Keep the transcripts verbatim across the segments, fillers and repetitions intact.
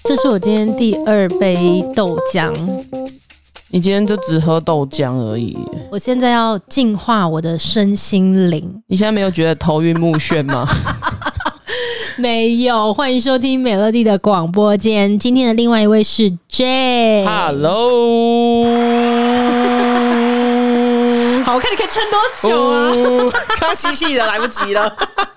这是我今天第二杯豆浆。 你今天就只喝豆浆而已。 我现在要净化我的身心灵。 你现在没有觉得头晕目眩吗？ 没有。欢迎收听美乐蒂的广播间。今天的另外一位是 J。 Hello。 好，我看你可以撑多久啊？ 哦、刚吸气的来不及了。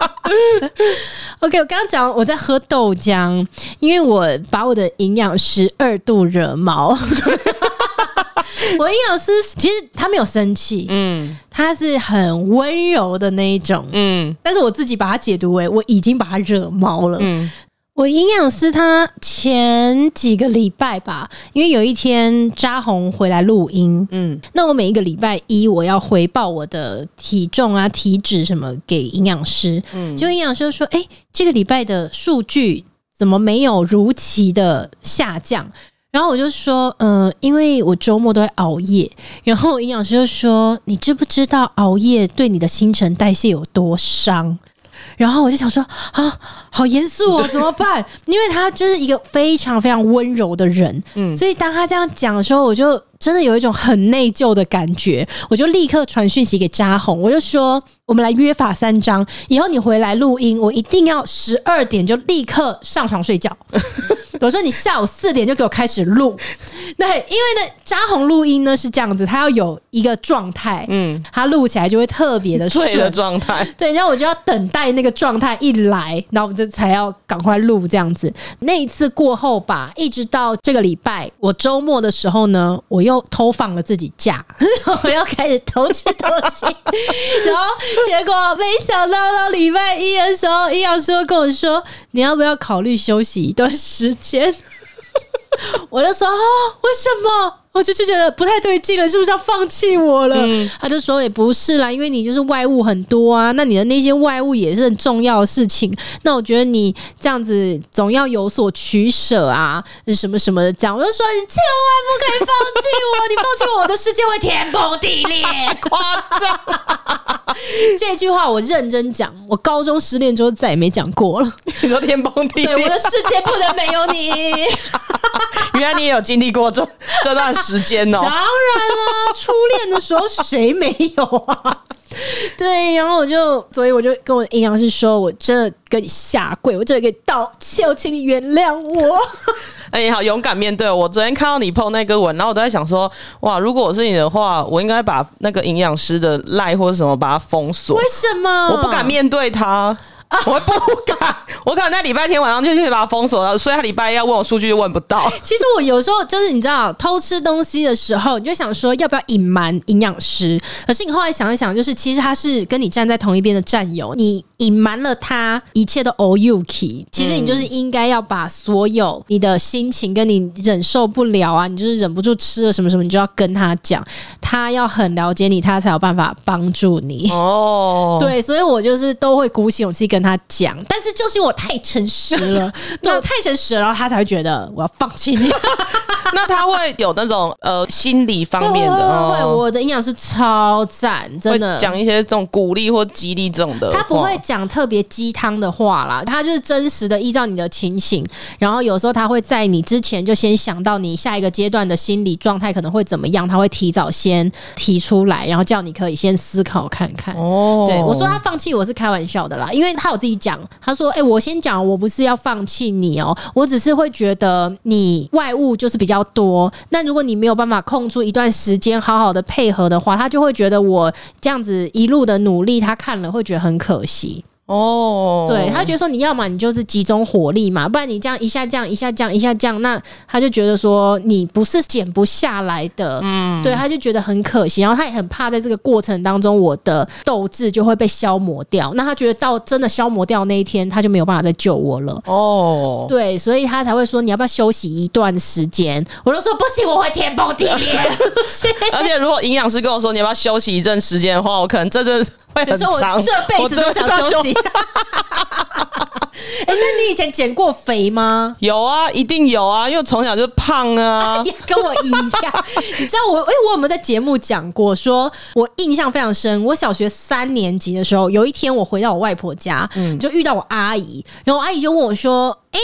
OK， 我刚刚讲我在喝豆浆，因为我把我的营养师二度惹毛。我营养师其实他没有生气，嗯，他是很温柔的那一种，嗯，但是我自己把他解读为我已经把他惹毛了，嗯。我营养师他前几个礼拜吧，因为有一天扎红回来录音，嗯，那我每一个礼拜一我要回报我的体重啊、体脂什么给营养师，嗯，结果营养师就说：“哎、欸，这个礼拜的数据怎么没有如期的下降？”然后我就说，嗯、呃，因为我周末都会熬夜。然后营养师就说：“你知不知道熬夜对你的新陈代谢有多伤？”然后我就想说啊，好严肃哦，怎么办？因为他就是一个非常非常温柔的人，嗯，所以当他这样讲的时候，我就真的有一种很内疚的感觉。我就立刻传讯息给扎红，我就说我们来约法三章，以后你回来录音，我一定要十二点就立刻上床睡觉。我说你下午四点就给我开始录。对，因为呢，扎红录音呢是这样子，他要有一个状态，嗯，他录起来就会特别的顺醉的状态。对， 然后我就要等待那个状态一来，然后我们就才要赶快录这样子。那一次过后吧，一直到这个礼拜，我周末的时候呢，我又偷放了自己假，我又开始偷吃东西，然后结果没想到到礼拜一的时候，营养师跟我说，你要不要考虑休息一段时间？我就说啊，为什么？我就就觉得不太对劲了，是不是要放弃我了？嗯、他就说也不是啦，因为你就是外物很多啊，那你的那些外物也是很重要的事情。那我觉得你这样子总要有所取舍啊，什么什么的这样。我就说你千万不可以放弃我，你放弃我，我的世界会天崩地裂，夸张。这句话我认真讲，我高中失恋之后再也没讲过了。 你说天崩地裂？ 对，我的世界不能没有你。 原来你也有经历过这这段时间哦。 当然啦，初恋的时候谁没有啊？对，然后我就，所以我就跟我营养师说，我真的跟你下跪，我真的跟你道歉，我请你原谅我。 哎、欸，好勇敢面对我。昨天看到你 po 那个文，然后我都在想说，哇，如果我是你的话，我应该把那个营养师的赖或者什么把它封锁。 为什么？ 我不敢面对他。我不敢，我可能在礼拜天晚上就去把它封锁了，所以他礼拜一要问我数据就问不到。 其实我有时候就是你知道，偷吃东西的时候，你就想说要不要隐瞒营养师？可是你后来想一想，就是其实他是跟你站在同一边的战友，你隐瞒了他，一切都 all you key。其实你就是应该要把所有你的心情跟你忍受不了啊，你就是忍不住吃了什么什么，你就要跟他讲，他要很了解你，他才有办法帮助你。哦，对，所以我就是都会鼓起勇气跟他讲，但是就是因为我太诚实了，对我太诚实了，然后他才会觉得我要放弃你。 那他会有那种呃心理方面的， 会，会，我的营养师超赞，真的讲一些这种鼓励或激励这种的话。 他不会讲特别鸡汤的话啦，他就是真实的依照你的情形，然后有时候他会在你之前就先想到你下一个阶段的心理状态可能会怎么样，他会提早先提出来，然后叫你可以先思考看看。哦，对，我说他放弃我是开玩笑的啦，因为他有自己讲，他说：“哎、欸，我先讲，我不是要放弃你哦，我只是会觉得你外物就是比较多。那如果你没有办法空出一段时间好好的配合的话，他就会觉得我这样子一路的努力，他看了会觉得很可惜。”哦，对，他觉得说你要嘛你就是集中火力嘛，不然你这样一下这样一下这样一下这样，那他就觉得说你不是减不下来的，嗯，对，他就觉得很可惜，然后他也很怕在这个过程当中我的斗志就会被消磨掉，那他觉得到真的消磨掉那一天，他就没有办法再救我了。哦，对，所以他才会说你要不要休息一段时间？我就说不行，我会天崩地裂。 而且如果营养师跟我说你要不要休息一阵时间的话，我可能这阵会很长， 我这辈子都想休息。哎、欸，那你以前减过肥吗？ 有啊，一定有啊，因为从小就胖啊， 哎、跟我一样。你知道我，哎、欸，我有没有在节目讲过？说我印象非常深。我小学三年级的时候，有一天我回到我外婆家，嗯，就遇到我阿姨，然后我阿姨就问我说：“哎、欸。”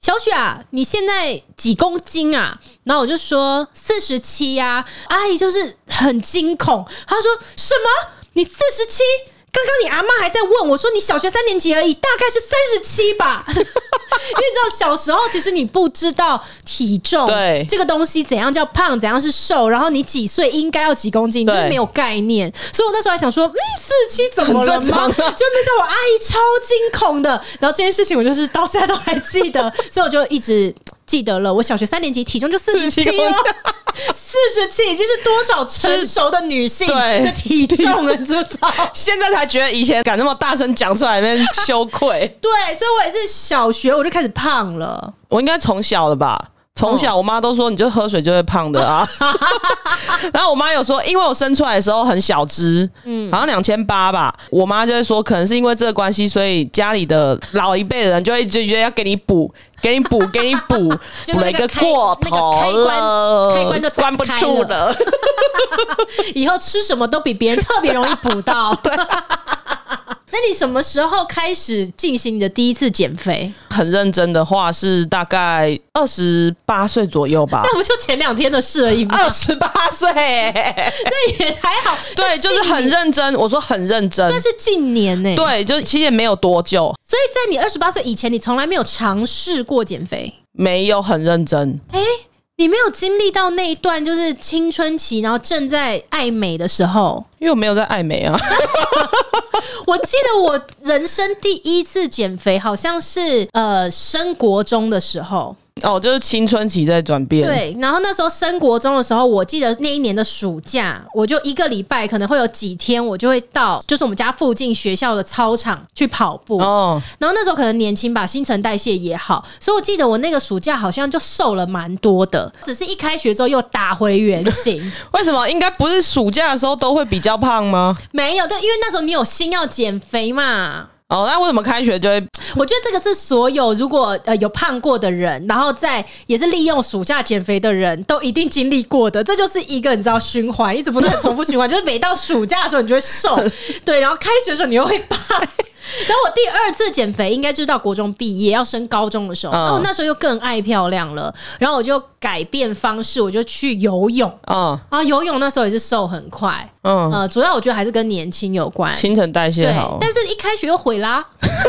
小许啊，你现在几公斤啊？然后我就说四十七呀，阿姨就是很惊恐，她说什么？你四十七？刚刚你阿嬷还在问我说你小学三年级而已，大概是三十七吧。因为你知道小时候其实你不知道体重对这个东西怎样叫胖，怎样是瘦，然后你几岁应该要几公斤，你就是没有概念。所以我那时候还想说，嗯，四十七怎么了吗？就没想到我阿姨超惊恐的。然后这件事情我就是到现在都还记得，所以我就一直记得了。我小学三年级体重就四十七了。四十七已经是多少成熟的女性的体重了，知道？ 现在才觉得以前敢那么大声讲出来，那边羞愧。 对，所以我也是小学我就开始胖了。 我应该从小了吧？从小我妈都说你就喝水就会胖的啊。然后我妈有说，因为我生出来的时候很小只，嗯，好像两千八吧。我妈就会说，可能是因为这个关系，所以家里的老一辈的人就会就觉得要给你补。给你补，给你补，补了一个过头了， 开关都关不住了。 以后吃什么都比别人特别容易补到。对。那你什么时候开始进行你的第一次减肥？ 很认真的话是大概二十八岁左右吧。 那不就前两天的事而已吗？ 二十八岁， 那也还好。 对，就是很认真。我说很认真， 算是近年呢、欸。 对，就其实也没有多久。 所以在你二十八岁以前，你从来没有尝试过减肥？ 没有，很认真。 哎、欸，你没有经历到那一段就是青春期，然后正在爱美的时候？ 因为我没有在爱美啊。 我记得我人生第一次减肥好像是呃升国中的时候。 哦，就是青春期在转变。 对，然后那时候升国中的时候，我记得那一年的暑假，我就一个礼拜可能会有几天，我就会到就是我们家附近学校的操场去跑步。哦，然后那时候可能年轻吧，新陈代谢也好，所以我记得我那个暑假好像就瘦了蛮多的，只是一开学之后又打回原形。 为什么？应该不是暑假的时候都会比较胖吗？ 没有，就因为那时候你有心要减肥嘛。 哦，那为什么开学就会？ 我觉得这个是所有如果呃有胖过的人，然后在也是利用暑假减肥的人都一定经历过的，这就是一个你知道循环，一直不断重复循环，就是每到暑假的时候你就会瘦，对，然后开学的时候你又会胖。然后我第二次减肥应该就是到国中毕业要升高中的时候，然后我那时候又更爱漂亮了，然后我就改变方式，我就去游泳。嗯，然后游泳那时候也是瘦很快。嗯，呃，主要我觉得还是跟年轻有关， 新陈代谢好。 但是一开学又毁啦。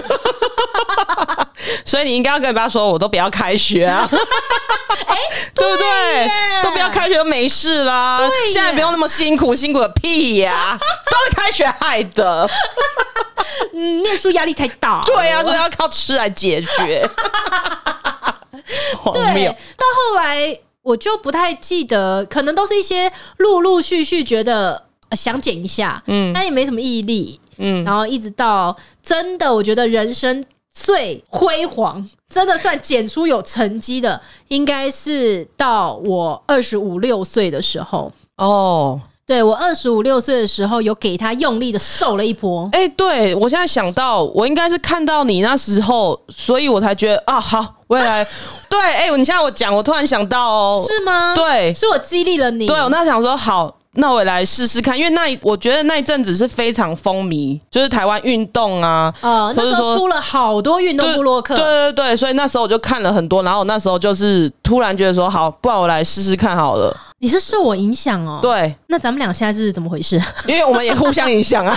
所以你应该要跟爸说，我都不要开学啊。哎、欸，对不对？都不要开学就没事啦。现在不用那么辛苦，辛苦个屁呀、啊！都是开学害的。 嗯，念书压力太大。 对啊，所以要靠吃来解决。荒谬。 到后来我就不太记得，可能都是一些陆陆续续觉得、呃、想减一下，嗯，但也没什么毅力，嗯，然后一直到真的，我觉得人生最辉煌，真的算减出有成绩的，应该是到我二十五六岁的时候哦。对，我二十五六岁的时候有给他用力的瘦了一波。 哎、欸，对，我现在想到我应该是看到你那时候，所以我才觉得啊，好，未来对，哎、欸，你现在我讲，我突然想到哦， 是吗？ 对， 是我激励了你。 对，我那想说好。那我也来试试看，因为那我觉得那一阵子是非常风靡，就是台湾运动啊， 呃，那时候出了好多运动部落客， 对对对，所以那时候我就看了很多，然后我那时候就是突然觉得说，好，不然我来试试看好了。 你是受我影响哦？ 对， 那咱们俩现在是怎么回事？ 因为我们也互相影响啊。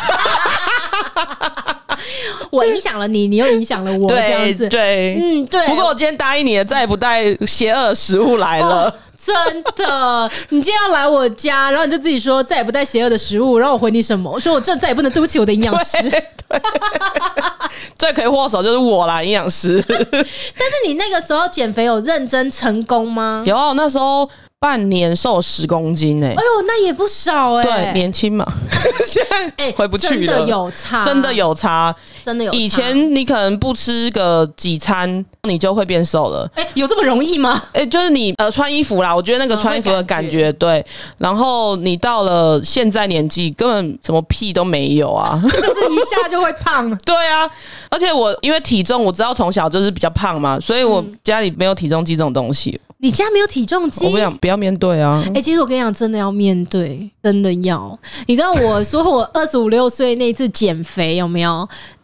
我影响了你，你又影响了我，这样子， 对， 嗯，对。 不过我今天答应你了，再也不带邪恶的食物来了。哦， 真的，你今天要来我家，然后你就自己说再也不带邪恶的食物，然后我回你什么？我说我这再也不能对不起我的营养师。对，对罪魁祸首就是我啦，营养师。但是你那个时候减肥有认真成功吗？ 有，那时候半年瘦十公斤哎、欸， 哎呦，那也不少哎、欸。 对，年轻嘛，现在回不去了、欸， 真的有差， 真的有差， 真的有差。 以前你可能不吃个几餐，你就会变瘦了。 哎、欸，有这么容易吗？ 哎、欸，就是你呃穿衣服啦，我觉得那个穿衣服的感觉，嗯、对。然后你到了现在年纪，根本什么屁都没有啊， 就是一下就会胖。 对啊，而且我因为体重，我知道从小就是比较胖嘛，所以我家里没有体重机这种东西。 你家没有体重机？ 我不想不要面对啊！ 哎、欸，其实我跟你讲，真的要面对，真的要。你知道我说我二十五六岁那一次减肥有没有？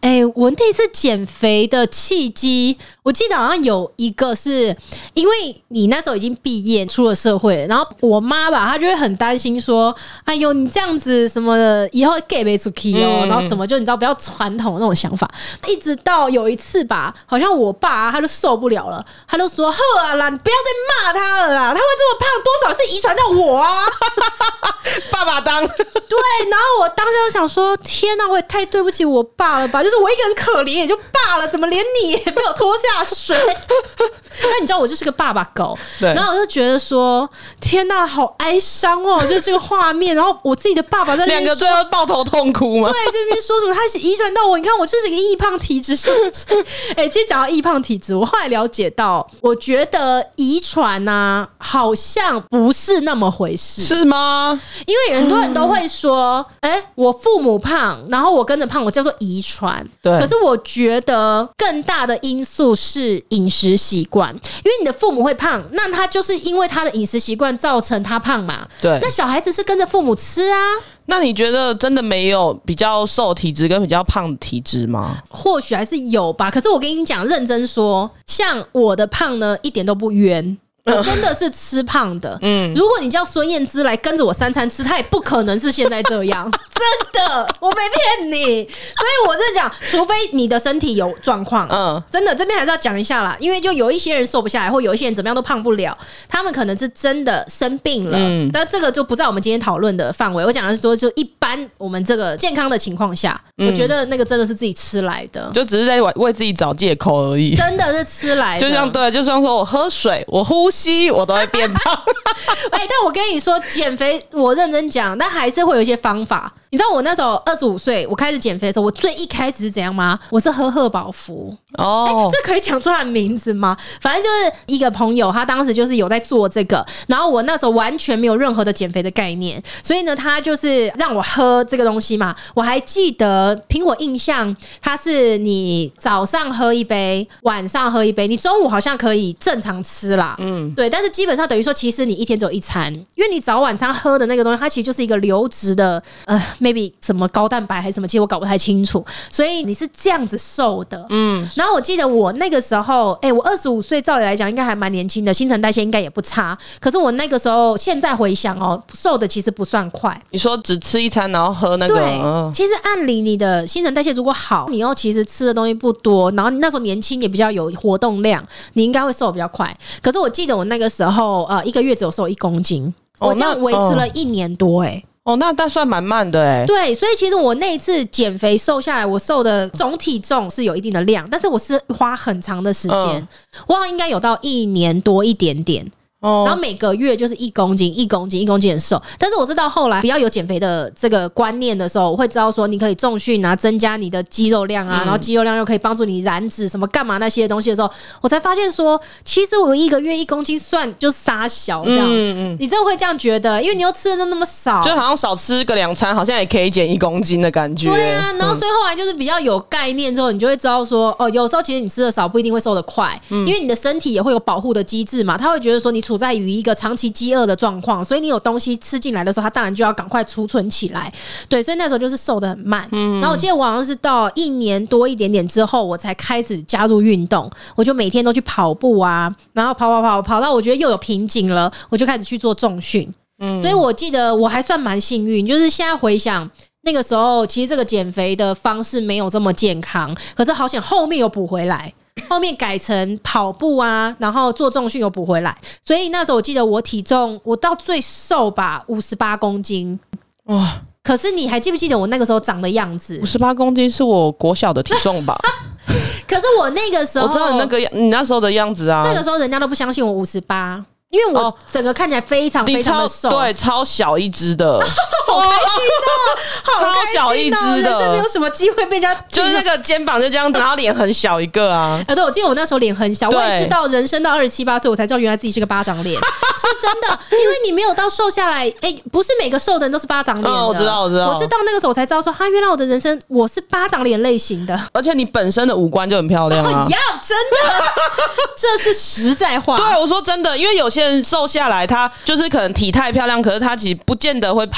哎、欸，我那次减肥的契机，我记得好像有一个是因为你那时候已经毕业出了社会了，然后我妈吧，她就会很担心说，哎呦，你这样子什么的，以后 gay 没出去哦，嗯、然后什么就你知道比较传统的那种想法。一直到有一次吧，好像我爸、啊、他就受不了了，他就说：“呵啊啦，你不要再骂他了啦，他会这么胖，多少是遗传到我啊。” 爸爸当对，然后我当时就想说：“天哪，我也太对不起我爸了吧！就是我一个人可怜也就罢了，怎么连你也被我拖下水？”那你知道我就是个爸爸狗，然后我就觉得说：“天哪，好哀伤哦！”就是这个画面，然后我自己的爸爸在那边两个最后抱头痛哭吗？ 对，这边说什么他是遗传到我，你看我就是一个易胖体质，是不是？哎、欸，其实讲到易胖体质，我后来了解到，我觉得遗传啊，好像不是那么回事， 是吗？ 因为很多人都会说，哎、欸，我父母胖，然后我跟着胖，我叫做遗传。 对。 可是我觉得更大的因素是饮食习惯，因为你的父母会胖，那他就是因为他的饮食习惯造成他胖嘛。 对。 那小孩子是跟着父母吃啊。 那你觉得真的没有比较瘦体质跟比较胖体质吗？ 或许还是有吧。可是我跟你讲，认真说，像我的胖呢，一点都不冤。我真的是吃胖的，嗯，如果你叫孙燕姿来跟着我三餐吃，她也不可能是现在这样，真的，我没骗你。所以我真的讲，除非你的身体有状况，嗯，真的这边还是要讲一下啦，因为就有一些人瘦不下来，或有一些人怎么样都胖不了，他们可能是真的生病了，嗯，但这个就不在我们今天讨论的范围。我讲的是说，就一般我们这个健康的情况下，嗯，我觉得那个真的是自己吃来的， 就只是在为自己找借口而已， 真的是吃来的。 就像对，就像说我喝水，我呼吸我都会变胖。 哎、欸，但我跟你说，减肥我认真讲，但还是会有一些方法。你知道我那时候二十五岁，我开始减肥的时候，我最一开始是怎样吗？我是喝贺宝福哦、欸，这可以讲出他的名字吗？反正就是一个朋友，他当时就是有在做这个，然后我那时候完全没有任何的减肥的概念，所以呢，他就是让我喝这个东西嘛。我还记得，凭我印象，它是你早上喝一杯，晚上喝一杯，你中午好像可以正常吃啦，嗯，对，但是基本上等于说，其实你一天只有一餐，因为你早晚餐喝的那个东西，它其实就是一个流质的，呃。maybe 什么高蛋白还是什么，其实我搞不太清楚，所以你是这样子瘦的，嗯。然后我记得我那个时候，哎、欸，我二十五岁，照理来讲应该还蛮年轻的，新陈代谢应该也不差。可是我那个时候，现在回想哦，瘦的其实不算快。 你说只吃一餐，然后喝那个， 对， 嗯、 其实按理你的新陈代谢如果好，你又其实吃的东西不多，然后你那时候年轻也比较有活动量，你应该会瘦得比较快。可是我记得我那个时候，呃，一个月只有瘦一公斤，哦、我这样维持了一年多、欸，哎。 哦，那但算蛮慢的哎、欸。 对，所以其实我那一次减肥瘦下来，我瘦的总体重是有一定的量，但是我是花很长的时间，嗯、我好像应该有到一年多一点点。哦、然后每个月就是一公斤一公斤一公斤很瘦，但是我是到后来比较有减肥的这个观念的时候，我会知道说你可以重训啊，增加你的肌肉量啊，嗯、然后肌肉量又可以帮助你燃脂什么干嘛那些东西的时候，我才发现说其实我一个月一公斤算就杀小这样，嗯嗯，你真的会这样觉得，因为你又吃的那么少， 就好像少吃个两餐好像也可以减一公斤的感觉。 对啊，然后所以后来就是比较有概念之后，你就会知道说哦，有时候其实你吃的少不一定会瘦得快，嗯、因为你的身体也会有保护的机制嘛，他会觉得说你处在于一个长期饥饿的状况，所以你有东西吃进来的时候，它当然就要赶快储存起来。对，所以那时候就是瘦得很慢。嗯、然后我记得我好像是到一年多一点点之后，我才开始加入运动，我就每天都去跑步啊，然后跑跑跑跑到我觉得又有瓶颈了，我就开始去做重训。嗯，所以我记得我还算蛮幸运，就是现在回想那个时候，其实这个减肥的方式没有这么健康，可是好险后面有补回来。后面改成跑步啊，然后做重训有补回来，所以那时候我记得我体重我到最瘦吧五十八公斤哇！可是你还记不记得我那个时候长的样子？ 五十八公斤是我国小的体重吧？ 可是我那个时候我知道你那个你那时候的样子啊， 那个时候人家都不相信我五十八。因为我整个看起来非常非常的瘦， 对，超小一只的， 好开心哦， 超小一只的， 人生没有什么机会被人家， 就是那个肩膀就这样，然后脸很小一个啊。 啊，对，我记得我那时候脸很小，我也是到人生到二十七八岁，我才知道原来自己是个巴掌脸，是真的，因为你没有到瘦下来，哎、欸，不是每个瘦的人都是巴掌脸的、 嗯，我知道，我知道， 我是到那个时候我才知道说，哈，原来我的人生我是巴掌脸类型的， 而且你本身的五官就很漂亮啊， 呀，真的，这是实在话。 对，我说真的，因为有些人瘦下来。他就是可能体态漂亮，可是他其实不见得会好像变一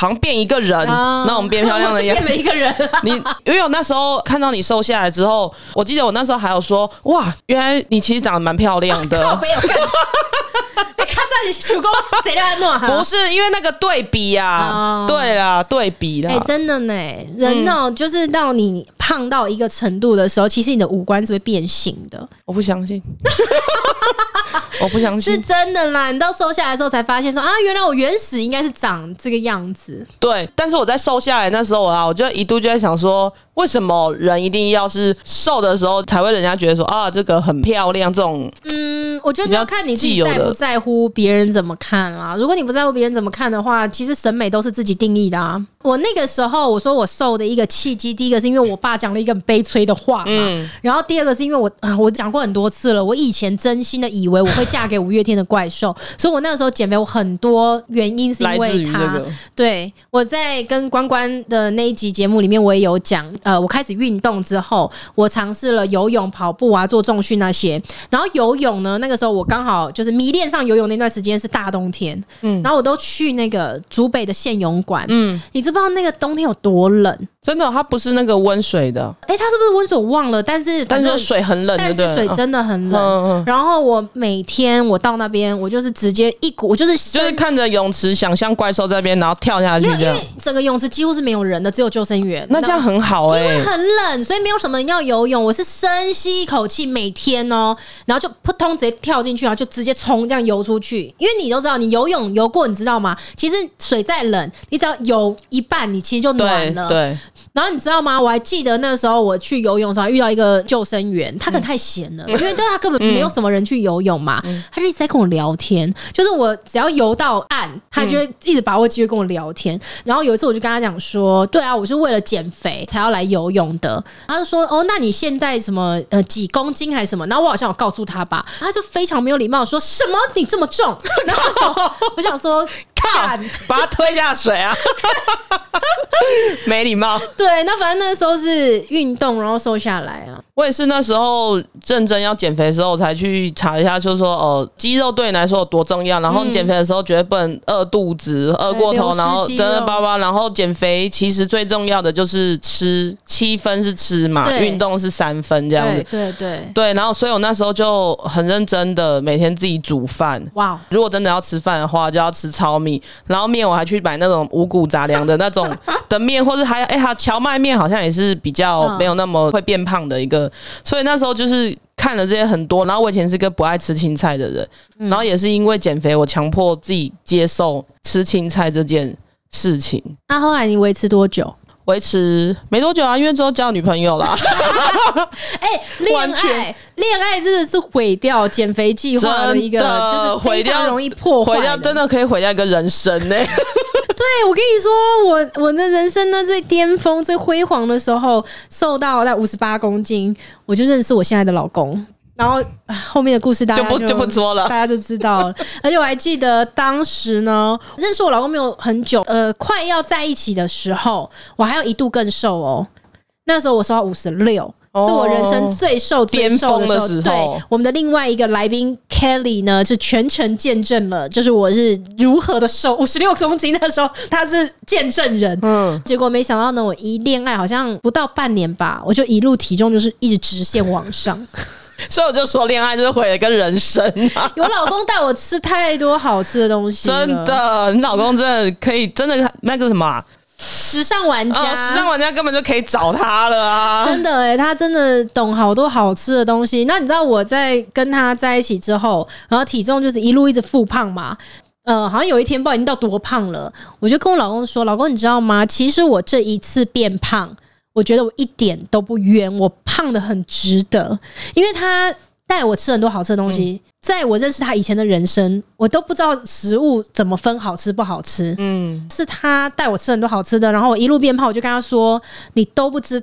一个人， 啊、 那种变漂亮的样子， 变了一个人、啊。 你因为我那时候看到你瘦下来之后，我记得我那时候还有说，哇，原来你其实长得蛮漂亮的。 我没有看。你看在手工谁来弄？ 不是因为那个对比啊，哦、对啦，对比啦。 哎、欸，真的呢，人哦、嗯，就是到你胖到一个程度的时候，其实你的五官是会变形的。 我不相信。我不相信是真的啦！你到瘦下来的时候才发现说啊，原来我原始应该是长这个样子。 对，但是我在瘦下来那时候啊，我就一度就在想说，为什么人一定要是瘦的时候才会人家觉得说啊，这个很漂亮？这种嗯，我觉得要看你自己在不在乎别人怎么看啊。如果你不在乎别人怎么看的话，其实审美都是自己定义的啊。我那个时候我说我瘦的一个契机，第一个是因为我爸讲了一个很悲催的话嘛，嗯、然后第二个是因为我啊，我讲过很多次了，我以前真心的以为我会嫁给五月天的怪兽，所以我那个时候减肥，我很多原因是因为他。 这个、 对，我在跟关关的那一集节目里面，我也有讲，呃，我开始运动之后，我尝试了游泳、跑步啊，做重训那些。然后游泳呢，那个时候我刚好就是迷恋上游泳那段时间是大冬天，嗯，然后我都去那个竹北的县泳馆，嗯，你知不知道那个冬天有多冷？ 真的，它不是那个温水的。 哎、欸，它是不是温水我忘了？但是但是水很冷， 但是水真的很冷。 嗯、 然后我每天我到那边，我就是直接一股，我就是就是看着泳池，想象怪兽在那边，然后跳下去这样。 因为整个泳池几乎是没有人的，只有救生员。 那这样很好哎、欸， 因为很冷，所以没有什么人要游泳。我是深吸一口气，每天哦，然后就扑通直接跳进去，然后就直接冲这样游出去。因为你都知道，你游泳游过，你知道吗？其实水再冷，你只要游一半，你其实就暖了。 对。对， 然后你知道吗？我还记得那时候我去游泳的时候，遇到一个救生员，他可能太闲了，嗯、因为他根本没有什么人去游泳嘛，嗯、他就一直在跟我聊天。就是我只要游到岸，他就会一直把握机会跟我聊天。嗯、然后有一次我就跟他讲说：“对啊，我是为了减肥才要来游泳的。”他就说：“哦，那你现在什么呃几公斤还是什么？”然后我好像有告诉他吧，他就非常没有礼貌说：“什么你这么重？”然后我想说。 靠，把他推下水啊！没礼貌。 对，那反正那时候是运动，然后瘦下来啊。 我也是那时候认真要减肥的时候，才去查一下，就是说哦，肌肉对你来说有多重要。然后减肥的时候绝对不能饿肚子、饿过头，然后真的包包。然后减肥其实最重要的就是吃，七分是吃嘛，运动是三分这样子。 对对对对。然后，所以我那时候就很认真的每天自己煮饭。哇！如果真的要吃饭的话，就要吃糙米。然后面我还去买那种五谷杂粮的那种的面，或者还哎，还有荞麦面，好像也是比较没有那么会变胖的一个。所以那时候就是看了这些很多，然后我以前是个不爱吃青菜的人，嗯、然后也是因为减肥，我强迫自己接受吃青菜这件事情。 那、啊、后来你维持多久？ 维持没多久啊，因为之后交女朋友啦。 哎、欸，恋爱，恋爱真的是毁掉减肥计划的一个，就是非常容易破坏， 毁掉真的可以毁掉一个人生呢、欸。 对，我跟你说，我我的人生呢最巅峰、最辉煌的时候，瘦到在五十八公斤，我就认识我现在的老公。然后后面的故事大家 就, 就, 不就不说了， 大家就知道了。而且我还记得当时呢，认识我老公没有很久，呃，快要在一起的时候，我还有一度更瘦哦。那时候我瘦到五十六。是我人生最瘦最瘦的时候。 的时候对，我们的另外一个来宾 Kelly 呢，就全程见证了，就是我是如何的瘦，五十六公斤的时候，他是见证人。嗯，结果没想到呢，我一恋爱好像不到半年吧，我就一路体重就是一直直线往上。 所以我就说，恋爱就是毁了一个人生啊！ 有老公带我吃太多好吃的东西了， 真的，你老公真的可以，真的那个什么、啊。 时尚玩家、 哦，时尚玩家根本就可以找他了啊！ 真的哎、欸，他真的懂好多好吃的东西。那你知道我在跟他在一起之后，然后体重就是一路一直复胖嘛。呃，好像有一天不知道已经到多胖了，我就跟我老公说：“老公，你知道吗？其实我这一次变胖，我觉得我一点都不冤，我胖得很值得，因为他带我吃很多好吃的东西。嗯”在我认识他以前的人生，我都不知道食物怎么分好吃不好吃。嗯，是他带我吃很多好吃的，然后我一路变胖，我就跟他说：“你都不知道，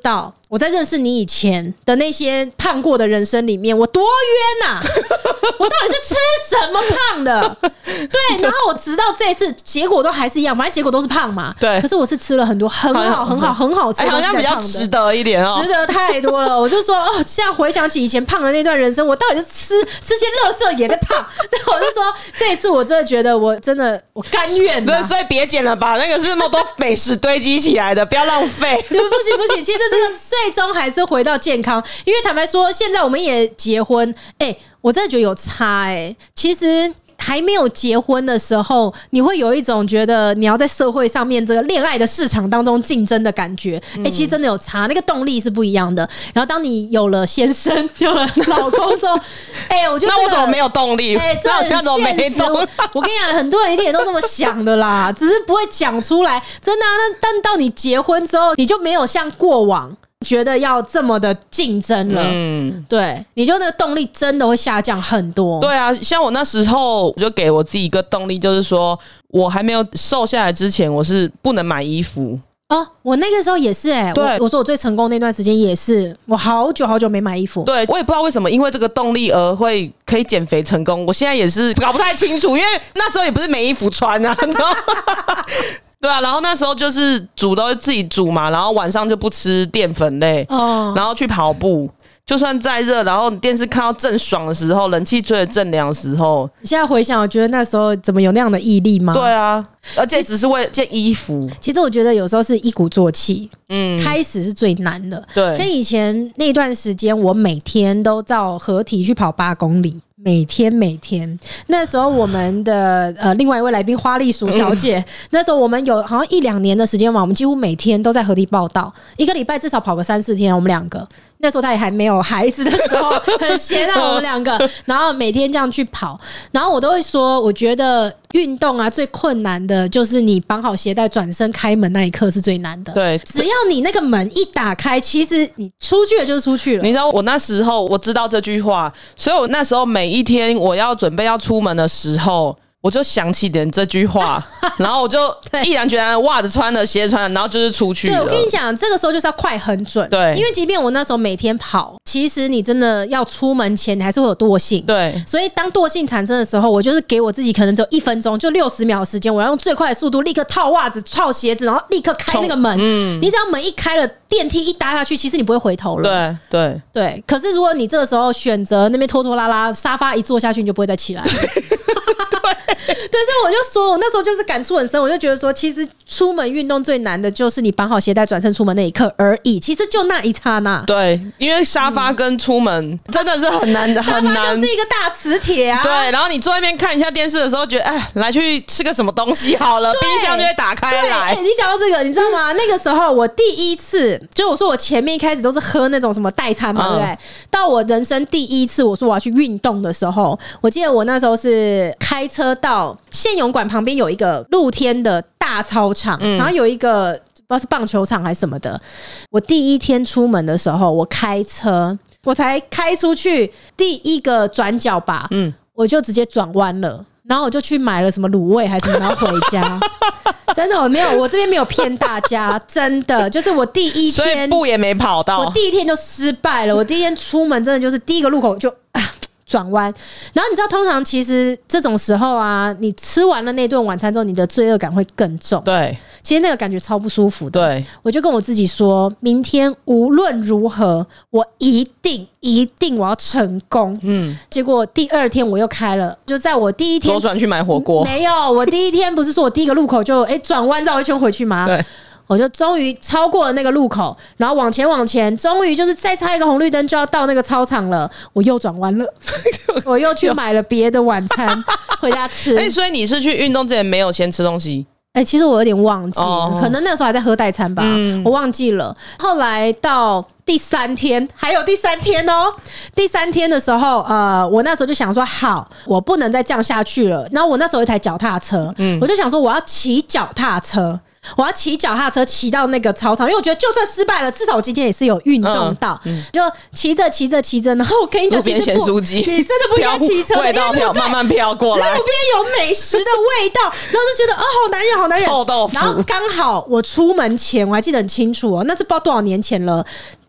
我在认识你以前的那些胖过的人生里面，我多冤呐、啊！我到底是吃什么胖的？对，然后我直到这一次，结果都还是一样，反正结果都是胖嘛。对，可是我是吃了很多很好、很好、很好吃的、欸， 好像比较值得一点哦， 值得太多了。我就说哦，现在回想起以前胖的那段人生，我到底是吃吃些垃圾也在胖。那我就说这一次我真的觉得我真的我甘愿、啊。对， 所以别减了吧，那个是那么多美食堆积起来的，不要浪费。 不行不行，其实这个最终还是回到健康，因为坦白说，现在我们也结婚，哎、欸，我真的觉得有差哎、欸。其实还没有结婚的时候，你会有一种觉得你要在社会上面这个恋爱的市场当中竞争的感觉，哎、嗯欸，其实真的有差，那个动力是不一样的。然后当你有了先生、有了老公之后，哎、欸，我觉得、 那我怎么没有动力？ 哎、欸，这很现实。我, 我跟你讲，很多人一定也都这么想的啦，只是不会讲出来。真的、啊，那但到你结婚之后，你就没有像过往觉得要这么的竞争了，嗯，对，你就那个动力真的会下降很多。 对啊，像我那时候，我就给我自己一个动力，就是说我还没有瘦下来之前，我是不能买衣服。 哦，我那个时候也是哎、欸，对，我说我最成功那段时间也是，我好久好久没买衣服。 对，我也不知道为什么，因为这个动力而会可以减肥成功。我现在也是搞不太清楚，因为那时候也不是没衣服穿啊，你知道吗？对啊，然后那时候就是煮都自己煮嘛，然后晚上就不吃淀粉类，哦，然后去跑步。就算再热，然后你电视看到正爽的时候，冷气吹得正凉的时候， 你现在回想，我觉得那时候怎么有那样的毅力吗？ 对啊，而且只是为了件衣服。 其实我觉得有时候是一鼓作气，嗯，开始是最难的。对，像以前那段时间，我每天都照合体去跑八公里。每天每天，那时候我们的呃另外一位来宾花栗鼠小姐、嗯，那时候我们有好像一两年的时间嘛，我们几乎每天都在合体报道，一个礼拜至少跑个三四天，我们两个。那时候他也还没有孩子的时候，很闲啊，我们两个，然后每天这样去跑，然后我都会说，我觉得运动啊最困难的就是你绑好鞋带转身开门那一刻是最难的。对，只要你那个门一打开，其实你出去了就是出去了。 你知道我那时候我知道这句话，所以我那时候每一天我要准备要出门的时候，我就想起点这句话，然后我就毅然决然，袜子穿了，鞋子穿了，然后就是出去了。 对，我跟你讲，这个时候就是要快很准。对，因为即便我那时候每天跑，其实你真的要出门前，你还是会有惰性。对，所以当惰性产生的时候，我就是给我自己可能只有一分钟，就六十秒的时间，我要用最快的速度立刻套袜子、套鞋子，然后立刻开那个门。嗯，你只要门一开了，电梯一搭下去，其实你不会回头了。对对对。可是如果你这个时候选择那边拖拖拉拉，沙发一坐下去，你就不会再起来了。对，所以我就说，我那时候就是感触很深，我就觉得说，其实出门运动最难的就是你绑好鞋带转身出门那一刻而已，其实就那一刹那。 对，因为沙发跟出门真的是很难的，很难。沙发就是一个大磁铁啊。 对，然后你坐在那边看一下电视的时候，觉得哎，来去吃个什么东西好了，冰箱就会打开来。 你讲到这个，你知道吗？那个时候我第一次，就我说我前面一开始都是喝那种什么代餐嘛，嗯、对不对？到我人生第一次，我说我要去运动的时候，我记得我那时候是开车到县泳馆旁边有一个露天的大操场，嗯、然后有一个不知道是棒球场还是什么的。我第一天出门的时候，我开车，我才开出去第一个转角吧，嗯，我就直接转弯了。然后我就去买了什么卤味还是什么，然后回家。真的，我没有，我这边没有骗大家，真的就是我第一天， 所以步也没跑到， 我第一天就失败了。我第一天出门真的就是第一个路口就啊转弯，然后你知道，通常其实这种时候啊，你吃完了那顿晚餐之后，你的罪恶感会更重。对，其实那个感觉超不舒服的。对，我就跟我自己说，明天无论如何，我一定一定我要成功。嗯，结果第二天我又开了，就在我第一天左转去买火锅。 没有，我第一天不是说我第一个路口就哎转弯绕一圈回去吗？对。我就终于超过了那个路口，然后往前往前，终于就是再插一个红绿灯就要到那个操场了，我又转弯了，我又去买了别的晚餐回家吃。 哎、欸，所以你是去运动之前没有先吃东西？ 哎、欸，其实我有点忘记了，哦、可能那时候还在喝代餐吧，嗯、我忘记了。后来到第三天，还有第三天哦，第三天的时候，呃，我那时候就想说，好，我不能再这样下去了。然后我那时候有一台脚踏车，嗯，我就想说我要骑脚踏车。我要骑脚踏车骑到那个操场，因为我觉得就算失败了，至少我今天也是有运动到。嗯嗯、就骑着骑着骑着，然后我跟你讲， 路边咸酥鸡， 你真的不应该骑车， 味道飘慢慢飘过来， 路边有美食的味道，然后就觉得哦，好男人，好男人， 臭豆腐。 然后刚好我出门前，我还记得很清楚哦，那是不知道多少年前了。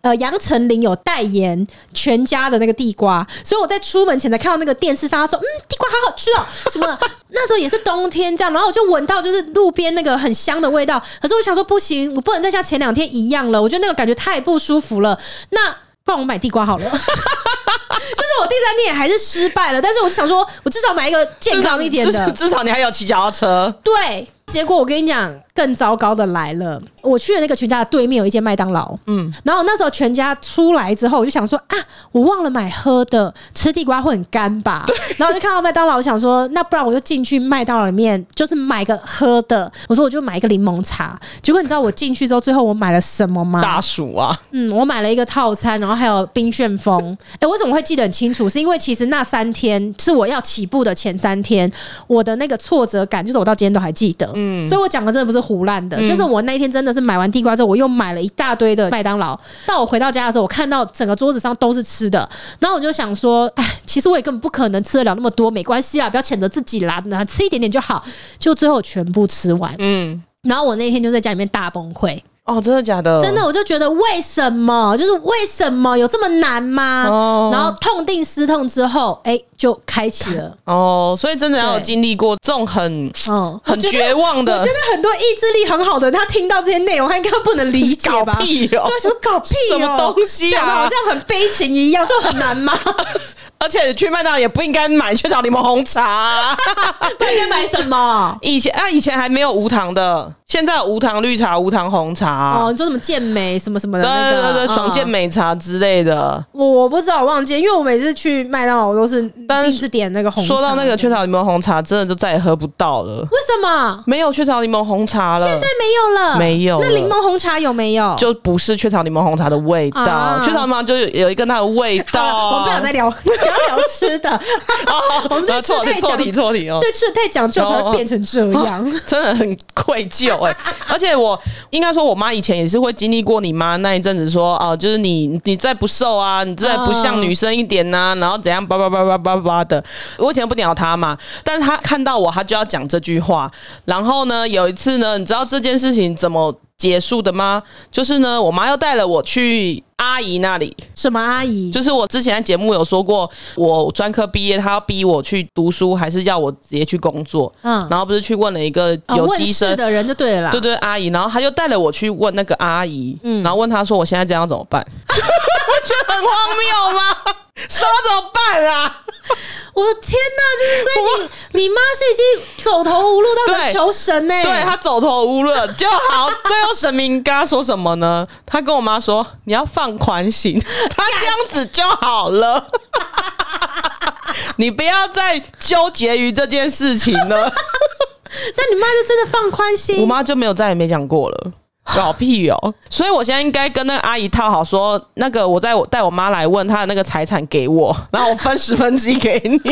呃杨丞琳有代言全家的那个地瓜，所以我在出门前才看到那个电视上他说嗯地瓜好好吃哦什么那时候也是冬天这样，然后我就闻到就是路边那个很香的味道，可是我想说不行，我不能再像前两天一样了，我觉得那个感觉太不舒服了，那不然我买地瓜好了就是我第三天也还是失败了，但是我就想说我至少买一个健康一点的， 至少, 至少你还有骑脚踏车。 对，结果我跟你讲更糟糕的来了，我去的那个全家的对面有一间麦当劳，嗯，然后那时候全家出来之后我就想说啊我忘了买喝的，吃地瓜会很干吧，然后我就看到麦当劳，我想说那不然我就进去麦当劳里面就是买个喝的，我说我就买一个柠檬茶，结果你知道我进去之后最后我买了什么吗？ 大薯啊， 嗯，我买了一个套餐，然后还有冰旋风哎、欸，为什么会记得很清楚？是因为其实那三天是我要起步的前三天，我的那个挫折感就是我到今天都还记得，嗯，所以我讲的真的不是胡乱的、嗯、就是我那一天真的是买完地瓜之后我又买了一大堆的麦当劳，到我回到家的时候我看到整个桌子上都是吃的，然后我就想说哎，其实我也根本不可能吃得了那么多，没关系啦，不要谴责自己啦，吃一点点就好，就最后全部吃完，嗯，然后我那天就在家里面大崩溃。 哦，真的假的？ 真的，我就觉得为什么，就是为什么有这么难吗？哦、然后痛定思痛之后，哎、欸，就开启了。哦， 所以真的要有经历过这种很、嗯、很绝望的。 我觉得很多意志力很好的人，他听到这些内容，他应该不能理解吧？ 搞屁哦！ 对，什么搞屁哦？什么东西啊？ 好像很悲情一样，这很难吗？ 而且去麦当劳也不应该买雀巢柠檬红茶、啊， 不应该买什么？ 以前啊，以前还没有无糖的，现在有无糖绿茶、无糖红茶、啊。 哦，你说什么健美什么什么的、那个， 对对对，爽健美茶之类的。 我我不知道，我忘记，因为我每次去麦当劳我都是第一次点那个红茶。 说到那个雀巢柠檬红茶，真的就再也喝不到了。 为什么？ 没有雀巢柠檬红茶了， 现在没有了， 没有了。 那柠檬红茶有没有？ 就不是雀巢柠檬红茶的味道，啊、雀巢柠檬就有一个那个味道。 我们不想再聊，不要聊吃的。哦、我们对吃太错题错题哦， 对吃的太讲究才会变成这样， 哦、真的很愧疚哎、欸。而且我应该说，我妈以前也是会经历过你妈那一阵子说哦、呃，就是你你再不瘦啊，你再不像女生一点呐、啊，然后怎样叭叭叭叭叭叭的。我以前不鸟她嘛，但是她看到我，她就要讲这句话。然后呢，有一次呢，你知道这件事情怎么结束的吗？就是呢，我妈又带了我去阿姨那里。 什么阿姨？ 就是我之前在节目有说过，我专科毕业，她要逼我去读书，还是要我直接去工作？嗯，然后不是去问了一个有机生、 哦、的人就对了啦， 对对阿姨，然后她就带了我去问那个阿姨，嗯，然后问她说我现在这样怎么办？我觉得很荒谬吗？说怎么办啊？ 我的天哪！就是所以你你妈是已经走投无路到想求神呢、欸， 对，她走投无路了就好。最后神明跟她说什么呢？她跟我妈说你要放宽心，她这样子就好了。你不要再纠结于这件事情了。 那你妈就真的放宽心？ 我妈就没有再也没讲过了。搞屁哦！所以我现在应该跟那个阿姨套好说，那个我在我带我妈来问她的那个财产给我，然后我分十分之一给你。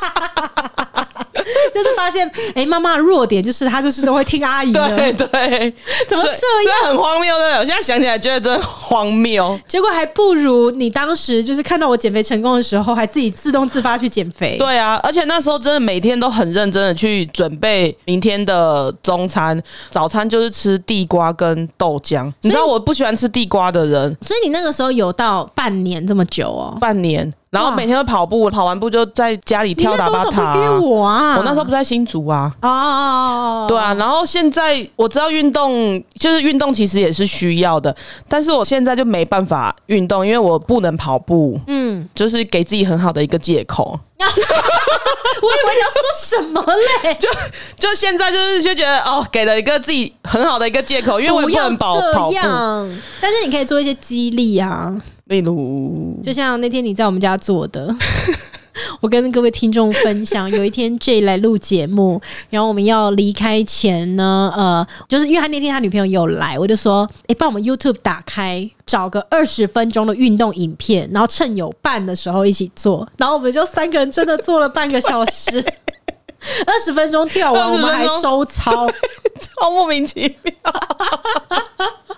就是发现，哎、欸，妈妈的弱点就是她就是都会听阿姨的。 对对， 怎么这样？ 很荒谬的，我现在想起来觉得真的荒谬。 结果还不如你当时就是看到我减肥成功的时候，还自己自动自发去减肥。 对啊，而且那时候真的每天都很认真的去准备明天的中餐，早餐就是吃地瓜跟豆浆。你知道我不喜欢吃地瓜的人， 所以你那个时候有到半年这么久哦？ 半年。然后每天都跑步，跑完步就在家里跳打巴塔、啊。 你那时候怎么约我啊？ 我那时候不在新竹啊。 哦， 对啊。然后现在我知道运动就是运动，其实也是需要的，但是我现在就没办法运动，因为我不能跑步。嗯，就是给自己很好的一个借口。 我以为你要说什么嘞？ 就就现在就是就觉得哦，给了一个自己很好的一个借口，因为我也不能跑跑步。 但是你可以做一些激励啊。 例如， 就像那天你在我们家做的，我跟各位听众分享，有一天 J 来录节目，然后我们要离开前呢，呃，就是因为他那天他女朋友有来，我就说，哎、欸，帮我们 YouTube 打开，找个二十分钟的运动影片，然后趁有伴的时候一起做，然后我们就三个人真的做了半个小时。二十分钟跳完，我们还收操， 超莫名其妙。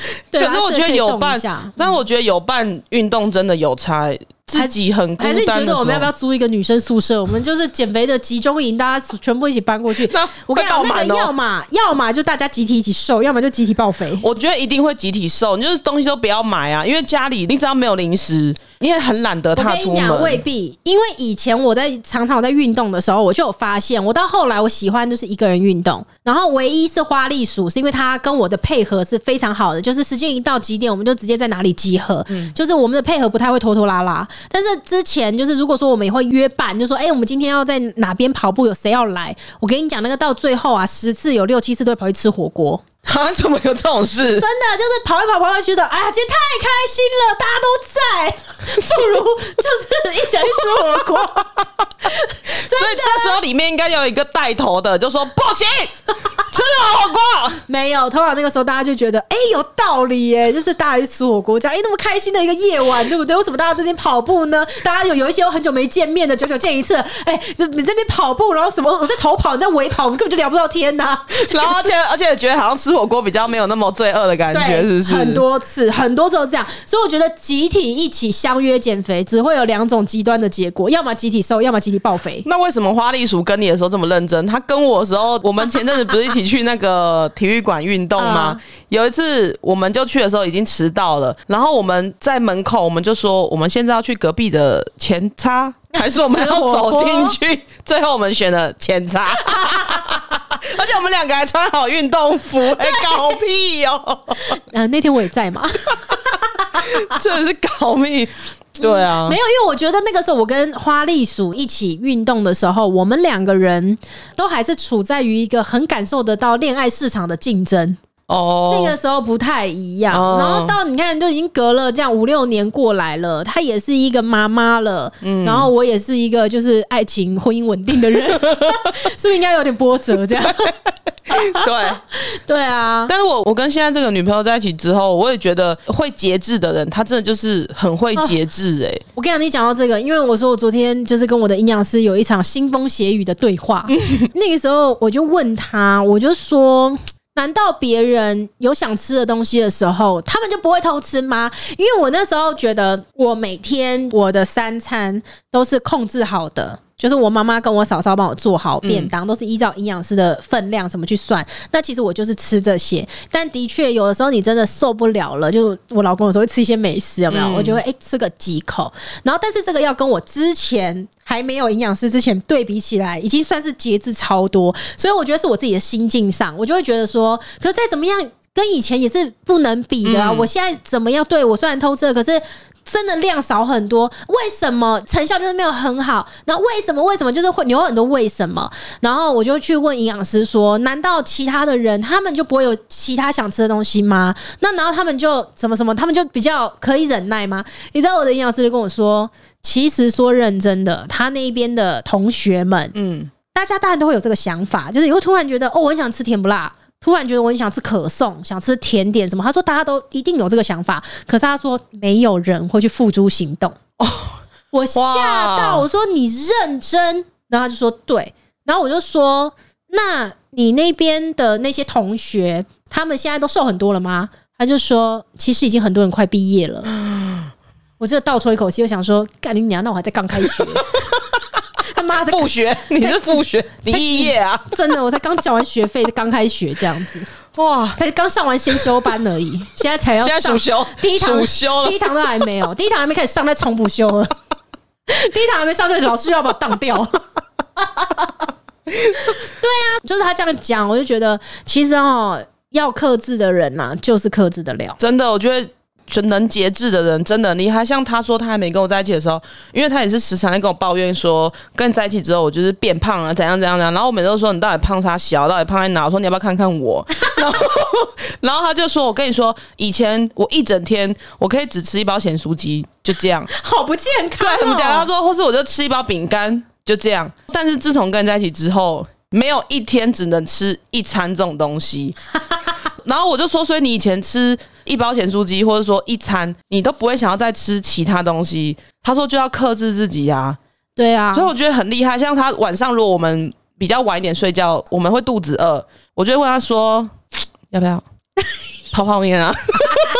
对， 可是我觉得有伴，但我觉得有伴运动真的有差。自己很孤单的时候， 还是觉得我们要不要租一个女生宿舍？我们就是减肥的集中营，大家全部一起搬过去。我跟你讲，那个要么要么就大家集体一起瘦，要么就集体爆肥。 我觉得一定会集体瘦，你就是东西都不要买啊，因为家里你只要没有零食，你也很懒得踏出门。 我跟你讲，未必，因为以前我在常常我在运动的时候，我就有发现，我到后来我喜欢就是一个人运动，然后唯一是花栗鼠，是因为它跟我的配合是非常好的，就是时间一到几点，我们就直接在哪里集合，嗯、就是我们的配合不太会拖拖拉拉。但是之前就是如果说我们也会约伴，就说哎、欸，我们今天要在哪边跑步，有谁要来？我跟你讲，那个到最后啊，十次有六七次都会跑去吃火锅。 啊！怎么有这种事？真的就是跑一跑跑下去的，哎呀，今天太开心了，大家都在，不如就是一起去吃火锅。 所以这时候里面应该有一个带头的，就说不行，吃火锅。 没有，通常那个时候大家就觉得，哎、欸，有道理耶，就是大家去吃火锅，这样，哎、欸，那么开心的一个夜晚，对不对？为什么大家这边跑步呢？大家有有一些有很久没见面的，久久见一次，哎、欸，你这边跑步，然后什么我在头跑，你在尾跑，我们根本就聊不到天呐、啊。 然后而且而且觉得好像吃火锅比较没有那么罪恶的感觉，是不是？ 很多次，很多次都这样，所以我觉得集体一起相约减肥，只会有两种极端的结果，要么集体瘦，要么集体爆肥。 那为什么花栗鼠跟你的时候这么认真？他跟我的时候，我们前阵子不是一起去那个体育馆运动吗？嗯、有一次我们就去的时候已经迟到了，然后我们在门口我们就说，我们现在要去隔壁的前叉，还是我们要走进去？最后我们选了前叉。而且我们两个还穿好运动服，哎、欸，搞屁哦！ 呃，那天我也在嘛， 真的是搞屁。对啊、 嗯，没有，因为我觉得那个时候我跟花栗鼠一起运动的时候，我们两个人都还是处在于一个很感受得到恋爱市场的竞争。哦，那个时候不太一样，哦、然后到你看就已经隔了这样五六年过来了，她也是一个妈妈了，嗯、然后我也是一个就是爱情婚姻稳定的人，是不是应该有点波折这样？ 对对啊， 但是我我跟现在这个女朋友在一起之后，我也觉得会节制的人，她真的就是很会节制。哎、欸哦， 我跟你讲，你讲到这个，因为我说我昨天就是跟我的营养师有一场腥风血雨的对话，那个时候我就问他，我就说。难道别人有想吃的东西的时候，他们就不会偷吃吗？因为我那时候觉得，我每天我的三餐都是控制好的。就是我妈妈跟我嫂嫂帮我做好便当，嗯、都是依照营养师的分量什么去算。那其实我就是吃这些，但的确有的时候你真的受不了了，就我老公有时候会吃一些美食，有没有？嗯、我就会哎、欸、吃个几口，然后但是这个要跟我之前还没有营养师之前对比起来，已经算是节制超多。所以我觉得是我自己的心境上，我就会觉得说，可是再怎么样跟以前也是不能比的啊！嗯、我现在怎么样？对我虽然偷吃了，可是。真的量少很多，为什么成效就是没有很好？然后为什么为什么就是会有很多为什么？然后我就去问营养师说：难道其他的人他们就不会有其他想吃的东西吗？那然后他们就怎么什么？他们就比较可以忍耐吗？你知道我的营养师就跟我说，其实说认真的，他那边的同学们，嗯，大家当然都会有这个想法，就是你会突然觉得哦，我很想吃甜不辣。突然觉得我很想吃可颂，想吃甜点什么。他说大家都一定有这个想法，可是他说没有人会去付诸行动。哦，我吓到，我说你认真，然后他就说对，然后我就说那你那边的那些同学，他们现在都瘦很多了吗？他就说其实已经很多人快毕业了。我真的倒抽一口气，我想说干你娘，那我还在刚开学。他妈的， 复学，你是复学第一页啊！ 真的，我才刚缴完学费，刚开学这样子，哇，才刚上完先修班而已，现在才要现在暑修， 第一堂暑修了， 第一堂都还没有，第一堂还没开始上，再重补修了，第一堂还没上就老师要把我当掉。对啊，就是他这样讲，我就觉得其实哦，要克制的人呐、啊，就是克制得了。 真的，我觉得。就能节制的人真的，你还像他说他还没跟我在一起的时候，因为他也是时常在跟我抱怨说，跟你在一起之后我就是变胖了，怎样怎样怎样。然后我每次都说你到底胖啥小，到底胖在哪？我说你要不要看看我？然后然后他就说，我跟你说，以前我一整天我可以只吃一包咸酥鸡，就这样， 好不健康、哦。 对，很简单。他说，或是我就吃一包饼干，就这样。但是自从跟你在一起之后，没有一天只能吃一餐这种东西。然后我就说，所以你以前吃一包咸酥鸡，或者说一餐，你都不会想要再吃其他东西。他说就要克制自己啊， 对啊， 所以我觉得很厉害。像他晚上如果我们比较晚一点睡觉，我们会肚子饿，我就会问他说要不要泡泡面啊？